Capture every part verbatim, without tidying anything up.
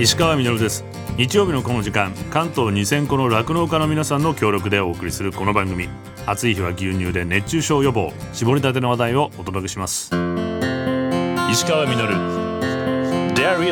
石川みのるです。日曜日のこの時間、関東にせんこの酪農家の皆さんの協力でお送りするこの番組、暑い日は牛乳で熱中症予防、絞りたての話題をお届けします。石川みのる Dairy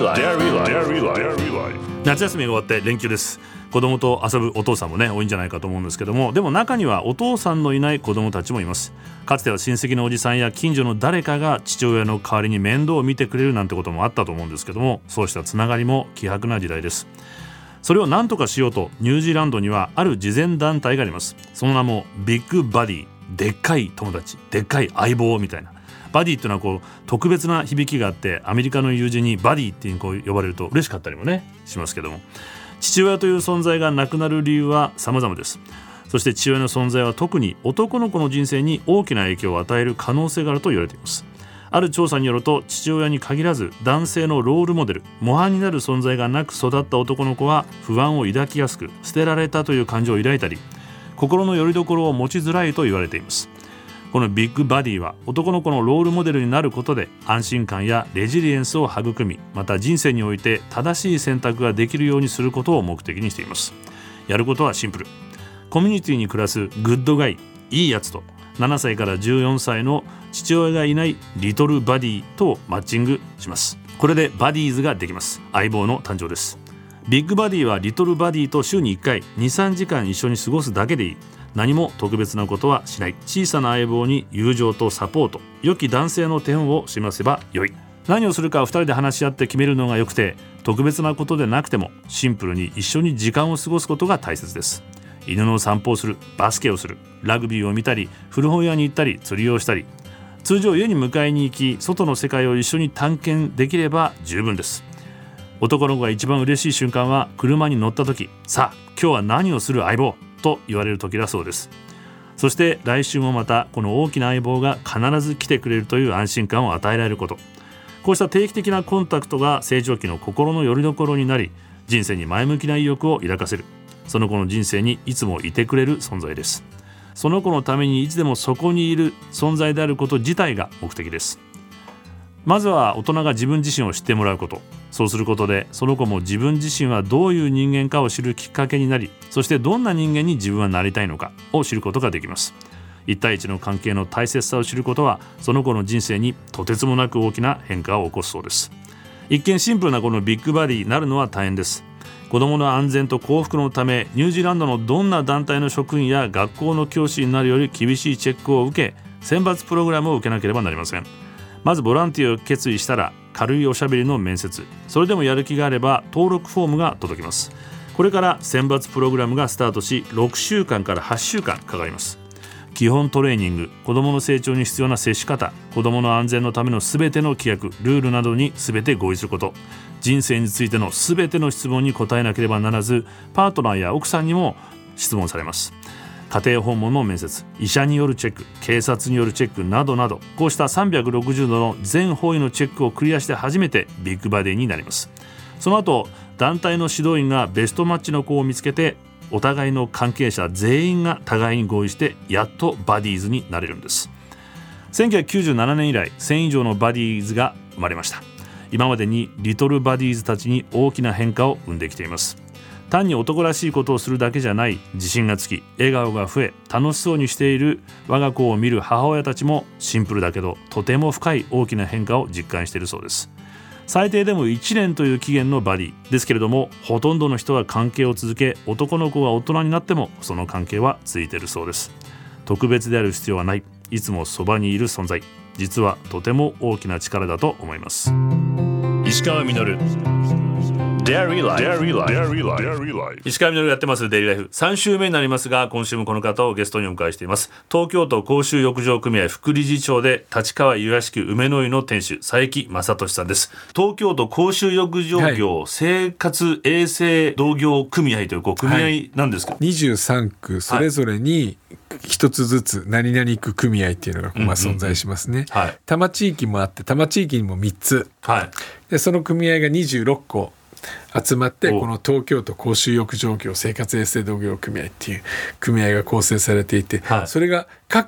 Life。 夏休みが終わって連休です。子供と遊ぶお父さんもね多いんじゃないかと思うんですけども、でも中にはお父さんのいない子供たちもいます。かつては親戚のおじさんや近所の誰かが父親の代わりに面倒を見てくれるなんてこともあったと思うんですけども、そうしたつながりも希薄な時代です。それを何とかしようとニュージーランドにはある慈善団体があります。その名もビッグバディ、でっかい友達、でっかい相棒みたいな。バディっていうのはこう特別な響きがあって、アメリカの友人にバディってこう呼ばれると嬉しかったりもねしますけども、父親という存在がなくなる理由は様々です。そして父親の存在は特に男の子の人生に大きな影響を与える可能性があると言われています。ある調査によると、父親に限らず男性のロールモデル、模範になる存在がなく育った男の子は不安を抱きやすく、捨てられたという感情を抱いたり、心の拠り所を持ちづらいと言われています。このビッグバディは男の子のロールモデルになることで安心感やレジリエンスを育み、また人生において正しい選択ができるようにすることを目的にしています。やることはシンプル。コミュニティに暮らすグッドガイ、いいやつとななさいからじゅうよんさいの父親がいないリトルバディとマッチングします。これでバディーズができます。相棒の誕生です。ビッグバディはリトルバディと週にいっかい にさんじかん一緒に過ごすだけでいい。何も特別なことはしない。小さな相棒に友情とサポート、良き男性の手を示せばよい。何をするかはふたりで話し合って決めるのがよくて、特別なことでなくてもシンプルに一緒に時間を過ごすことが大切です。犬の散歩をする、バスケをする、ラグビーを見たり、古本屋に行ったり、釣りをしたり、通常家に迎えに行き、外の世界を一緒に探検できれば十分です。男の子が一番嬉しい瞬間は車に乗った時、さあ今日は何をする相棒と言われる時だそうです。そして来週もまたこの大きな相棒が必ず来てくれるという安心感を与えられること、こうした定期的なコンタクトが成長期の心の拠り所になり、人生に前向きな意欲を抱かせる、その子の人生にいつもいてくれる存在です。その子のためにいつでもそこにいる存在であること自体が目的です。まずは大人が自分自身を知ってもらうこと、そうすることでその子も自分自身はどういう人間かを知るきっかけになり、そしてどんな人間に自分はなりたいのかを知ることができます。一対一の関係の大切さを知ることは、その子の人生にとてつもなく大きな変化を起こすそうです。一見シンプルなこのビッグバディになるのは大変です。子どもの安全と幸福のため、ニュージーランドのどんな団体の職員や学校の教師になるより厳しいチェックを受け、選抜プログラムを受けなければなりません。まずボランティアを決意したら軽いおしゃべりの面接、それでもやる気があれば登録フォームが届きます。これから選抜プログラムがスタートし、ろくしゅうかんからはっしゅうかんかかります。基本トレーニング、子どもの成長に必要な接し方、子どもの安全のためのすべての規約、ルールなどにすべて合意すること、人生についてのすべての質問に答えなければならず、パートナーや奥さんにも質問されます。家庭訪問の面接、医者によるチェック、警察によるチェックなどなど、こうしたさんびゃくろくじゅうどの全方位のチェックをクリアして初めてビッグバディになります。その後、団体の指導員がベストマッチの子を見つけて、お互いの関係者全員が互いに合意してやっとバディーズになれるんです。せんきゅうひゃくきゅうじゅうななねん以来、せん以上のバディーズが生まれました。今までにリトルバディーズたちに大きな変化を生んできています。単に男らしいことをするだけじゃない、自信がつき笑顔が増え楽しそうにしている我が子を見る母親たちも、シンプルだけどとても深い大きな変化を実感しているそうです。最低でもいちねんという期限のバディですけれども、ほとんどの人は関係を続け、男の子が大人になってもその関係は続いているそうです。特別である必要はない、いつもそばにいる存在、実はとても大きな力だと思います。石川みのるDairy Life。 石川みのるがやってますデイリーライフさん週目になりますが、今週もこの方をゲストにお迎えしています。東京都公衆浴場組合副理事長で立川湯屋敷梅の湯の店主、佐伯正俊さんです。東京都公衆浴場業、はい、生活衛生同業組合というこう組合なんですけど、はい、 にじゅうさんくそれぞれに一つずつ何々区組合っていうのがまあ存在しますね、うんうんうん、はい、多摩地域もあって、多摩地域にもみっつ、はい、でその組合がにじゅうろっこ集まって、この東京都公衆浴場業生活衛生同業組合っていう組合が構成されていて、はい、それが各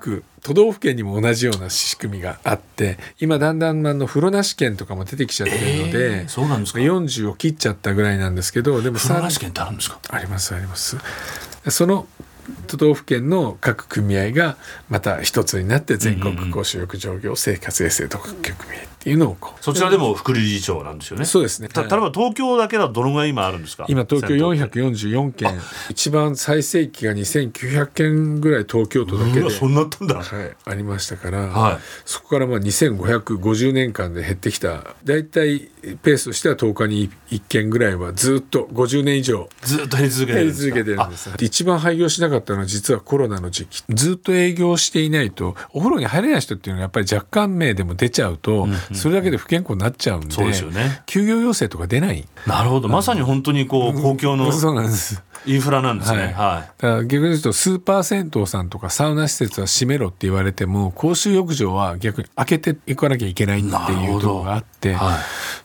都道府県にも同じような仕組みがあって、今だんだんあの風呂なし県とかも出てきちゃってるので、 えー、そうなんですか。 よんじゅうを切っちゃったぐらいなんですけど、でも風呂なし県ってあるんですか。 ありますあります。その都道府県の各組合がまた一つになって全国公衆浴場業生活衛生特許組合っていうのをこう、 そちらでも副理事長なんですよね。 そうですね。 た例えば東京だけだとどのぐらい今あるんですか。 今東京よんひゃくよんじゅうよんけん、一番最盛期がにせんきゅうひゃくけんぐらい東京都だけで、 そんなあったんだ、 はい、ありましたから、 はい、 そこからまあにせんごひゃくごじゅうねんかんで減ってきた。だいたいペースとしてはとおかにいっけんぐらいはずっとごじゅうねん以上ずっと減り続けてるんですか。 減り続けてるんです。一番廃業しなかったのは実はコロナの時期、ずっと営業していないとお風呂に入れない人っていうのはやっぱり若干名でも出ちゃうと、うんうん、それだけで不健康になっちゃうんで、 そうですよね、 休業要請とか出ない。 なるほど、まさに本当にこう公共のそうなんですインフラなんですね、はいはい、 だから逆に言うとスーパー銭湯さんとかサウナ施設は閉めろって言われても公衆浴場は逆に開けていかなきゃいけないっていうところがあって、はい、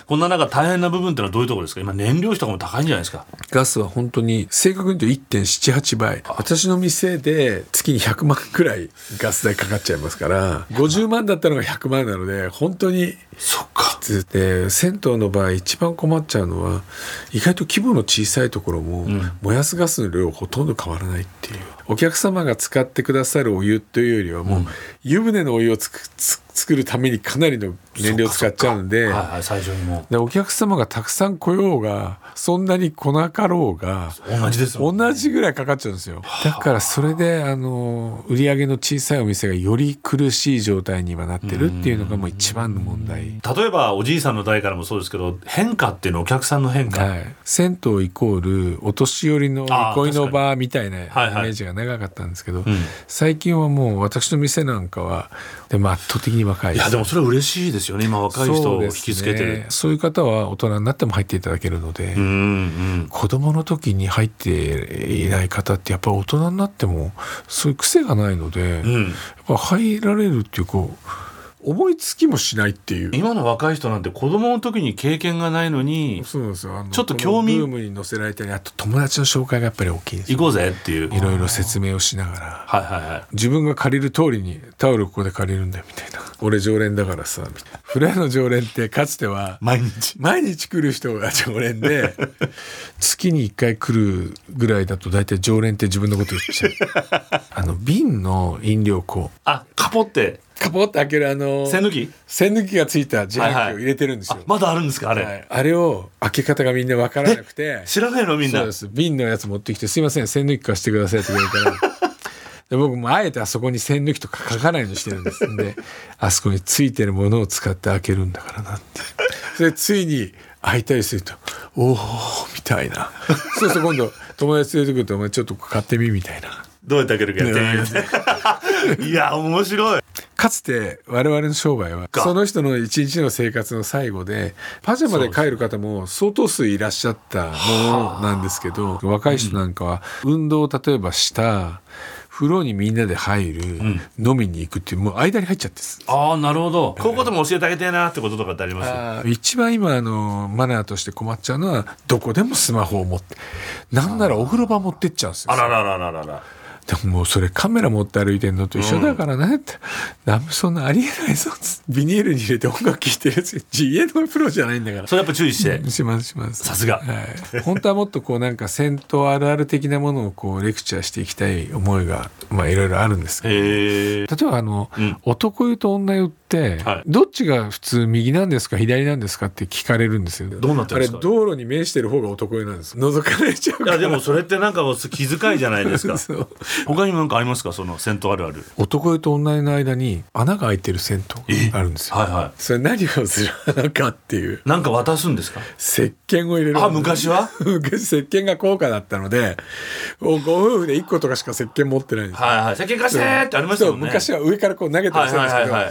こんな中大変な部分ってのはどういうところですか。今燃料費とかも高いんじゃないですか。 ガスは本当に正確に言うと いってんななはち 倍、私の店で月にひゃくまんくらいガス代かかっちゃいますから、ごじゅうまんだったのがひゃくまんなので本当にそっかきつで、銭湯の場合一番困っちゃうのは意外と規模の小さいところも燃やすガスの量ほとんど変わらないっていう、お客様が使ってくださるお湯というよりはもう湯船のお湯をつくつ作るためにかなりの燃料を使っちゃうんで、 はいはい、最初にもでお客様がたくさん来ようがそんなに来なかろうが同じですもんね。 同じぐらいかかっちゃうんですよ。だからそれであの売り上げの小さいお店がより苦しい状態にはなってるっていうのがもう一番の問題。 例えばおじいさんの代からもそうですけど、変化っていうのはお客さんの変化、 はい、銭湯イコールお年寄りの憩いの場みたいなイメージが長かったんですけど、はいはい、最近はもう私の店なんかはでも圧倒的に若いです。 いやでもそれは嬉しいですよね。今若い人を引きつけてる そうですね、 そういう方は大人になっても入っていただけるので、うん、うん、子供の時に入っていない方ってやっぱり大人になってもそういう癖がないので、うん、やっぱ入られるっていうこう思いつきもしないっていう。 今の若い人なんて子供の時に経験がないのに、 そうなんですよ、あのちょっと興味ブームに乗せられたり、あと友達の紹介がやっぱり大きいです、 行こうぜっていういろいろ説明をしながら、 はいはいはい、 自分が借りる通りにタオルここで借りるんだよみたいな、俺常連だからさみたいな。風呂屋の常連ってかつては毎日毎日来る人が常連で月にいっかい来るぐらいだと大体常連って自分のこと言っちゃうあの瓶の飲料こうあカポってカポって開けるあの栓抜き栓抜きがついた自販機を入れてるんですよ、 はいはい、まだあるんですかあれ、はい、 あれを開け方がみんな分からなくて、 知らないのみんな。 そうです、瓶のやつ持ってきてすいません栓抜き貸してくださいって言われたらで僕もあえてあそこに栓抜きとか書かないようにしてるんですんであそこについてるものを使って開けるんだからなってそれついに開いたりするとおーみたいなそうすると今度友達連れてくるとお前ちょっと買ってみみたいな、 どうやって開けるかやってみるいや面白い。 かつて我々の商売はその人の一日の生活の最後でパジャマで帰る方も相当数いらっしゃったものなんですけど、若い人なんかは運動を例えばした風呂にみんなで入る、うん、飲みに行くっていうもう間に入っちゃってです。 ああなるほど、こういうことも教えてあげてなってこととかってあります？ あ一番今あのマナーとして困っちゃうのはどこでもスマホを持ってなんならお風呂場持ってっちゃうんですよ。 あらららららら。 でももうそれカメラ持って歩いてんのと一緒だからねって、うん、そんなありえないぞビニールに入れて音楽聴いてるやつ家のプロじゃないんだから。 それやっぱ注意して、 うん、しますします。 さすが、 はい、本当はもっとこうなんか銭湯あるある的なものをこうレクチャーしていきたい思いがまあいろいろあるんですけど、例えばあの、うん、男湯と女湯ってはい、どっちが普通右なんですか左なんですかって聞かれるんですよ。 どうなってるんですか？ あれ道路に面してる方が男湯なんです。覗かれちゃうから。 いやでもそれってなんか気遣いじゃないですか他にも何かありますか？その銭湯あるある。 男湯と女湯の間に穴が開いてる銭湯があるんですよ。 はいはい、 それ何をする穴かっていう。 なんか渡すんですか？ 石鹸を入れる。 あ昔は昔石鹸が高価だったのでご夫婦でいっことかしか石鹸持ってないんです。 はいはい、石鹸貸してってありましたよね。 昔は上からこう投げてるんですけど、はいはいはいはい、それだと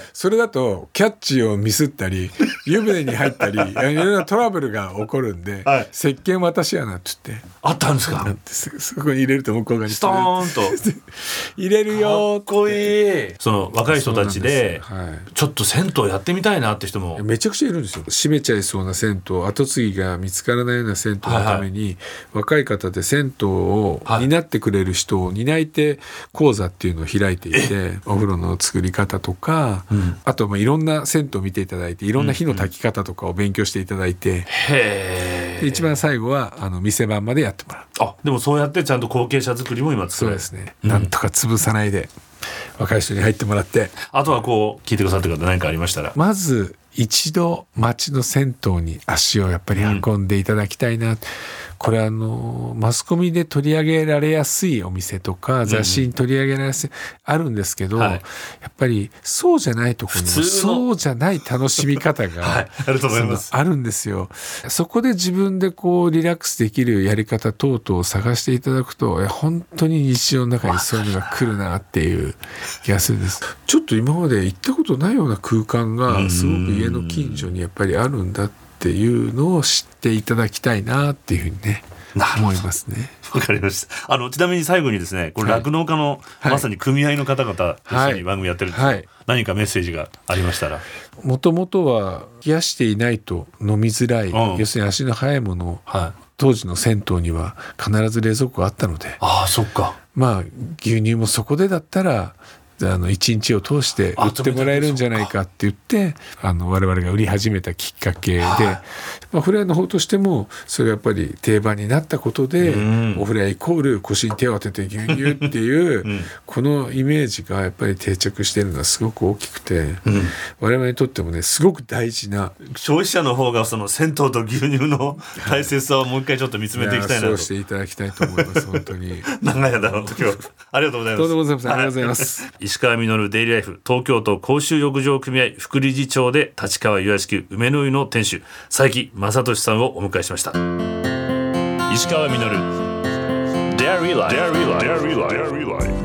後キャッチをミスったり湯船に入ったりいろいろなトラブルが起こるんで、はい、石鹸渡しやなって言ってあったんですか。 そこに入れると向こう側にストーンと入れるよ。 かっこいい。その若い人たちで、はい、ちょっと銭湯やってみたいなって人もめちゃくちゃいるんですよ。閉めちゃいそうな銭湯、後継ぎが見つからないような銭湯のために、はいはい、若い方で銭湯を担ってくれる人を担い手講座っていうのを開いていて、お風呂の作り方とか、うん、あとまあいろんな銭湯を見ていただいていろんな火の炊き方とかを勉強していただいて、うんうん、へー。で一番最後はあの店番までやってもらう。 あ、でもそうやってちゃんと後継者作りも今作る。 そうですね、うん、なんとか潰さないで若い人に入ってもらって、 あとはこう聞いてくださってる方何かありましたら、 まず一度町の銭湯に足をやっぱり運んでいただきたいな、うん、これあのマスコミで取り上げられやすいお店とか雑誌に取り上げられやすい、うん、あるんですけど、はい、やっぱりそうじゃないところにもそうじゃない楽しみ方が、はい、 あると思います。 あるんですよ。そこで自分でこうリラックスできるやり方等々を探していただくと本当に日常の中にそういうのが来るなっていう気がするんです。ちょっと今まで行ったことないような空間がすごく家の近所にやっぱりあるんだっていうのを知っていただきたいなっていうふうにね思いますね。 わかりました。あのちなみに最後にですね、これ酪農家の、はい、まさに組合の方々と一緒に番組やってるんですけど、はいはい、何かメッセージがありましたら。 もともとは冷やしていないと飲みづらい、うん、要するに足の速いものを、はい、当時の銭湯には必ず冷蔵庫があったので、 ああそっか、 まあ牛乳もそこでだったらあのいちにちを通して売ってもらえるんじゃないかって言ってあの我々が売り始めたきっかけで、まあ、フレアの方としてもそれがやっぱり定番になったことで、うん、おフレアイコール腰に手を当てて牛乳っていう、うん、このイメージがやっぱり定着しているのはすごく大きくて、うん、我々にとってもねすごく大事な、 消費者の方がその銭湯と牛乳の大切さをもう一回ちょっと見つめていきたいなと。 そうしていただきたいと思います本当に長い間の時はありがとうございます。 とんでもございません。ありがとうございます。 石川稔デイリーライフ東京都公衆浴場組合副理事長で立川湯屋敷梅の湯の店主佐伯正俊さんをお迎えしました。石川稔デイリーライフ、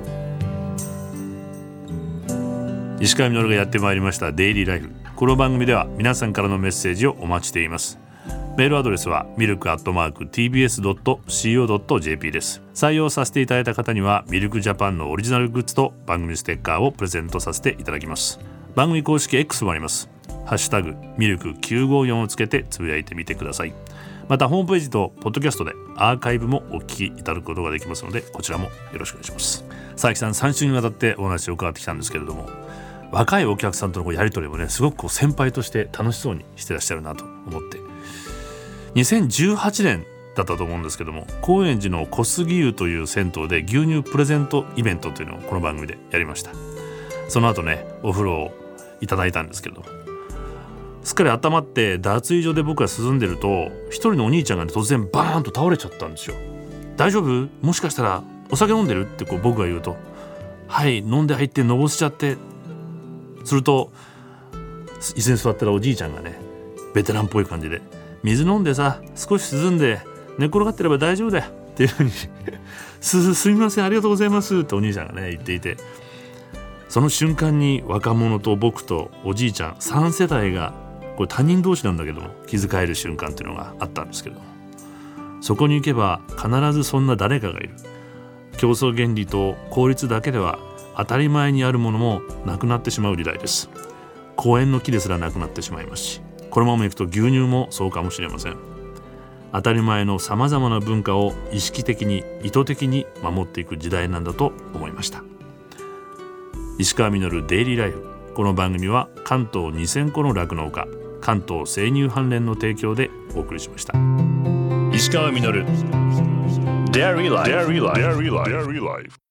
石川稔がやってまいりましたデイリーライフ。この番組では皆さんからのメッセージをお待ちしています。メールアドレスはミルクアットマーク ティービーエスドットシーオードットジェーピー です。採用させていただいた方にはミルクジャパンのオリジナルグッズと番組ステッカーをプレゼントさせていただきます。番組公式 X もあります。ハッシュタグミルクきゅうごよんをつけてつぶやいてみてください。またホームページとポッドキャストでアーカイブもお聞きいただくことができますのでこちらもよろしくお願いします。佐々木さんさん週にわたってお話を伺ってきたんですけれども、若いお客さんとのやり取りもねすごくこう先輩として楽しそうにしてらっしゃるなと思って、にせんじゅうはちねんだったと思うんですけども、高円寺の小杉湯という銭湯で牛乳プレゼントイベントというのをこの番組でやりました。その後ねお風呂をいただいたんですけど、すっかり温まって脱衣所で僕が涼んでると一人のお兄ちゃんが、ね、突然バーンと倒れちゃったんですよ。大丈夫？もしかしたらお酒飲んでる？ってこう僕が言うと、はい飲んで入ってのぼせちゃって、すると椅子に座ってたおじいちゃんがねベテランっぽい感じで、水飲んでさ少し涼んで寝転がってれば大丈夫だよっていうふうにす, すみませんありがとうございますってお兄ちゃんがね言っていて、その瞬間に若者と僕とおじいちゃんさん世代がこれ他人同士なんだけども気遣える瞬間っていうのがあったんですけども、そこに行けば必ずそんな誰かがいる。競争原理と効率だけでは当たり前にあるものもなくなってしまう時代です。公園の木ですらなくなってしまいますし、このままいくと牛乳もそうかもしれません。当たり前のさまざまな文化を意識的に意図的に守っていく時代なんだと思いました。石川稔デイリーライフ、この番組は関東にせんこの酪農家関東生乳関連の提供でお送りしました。石川稔デイリーライフ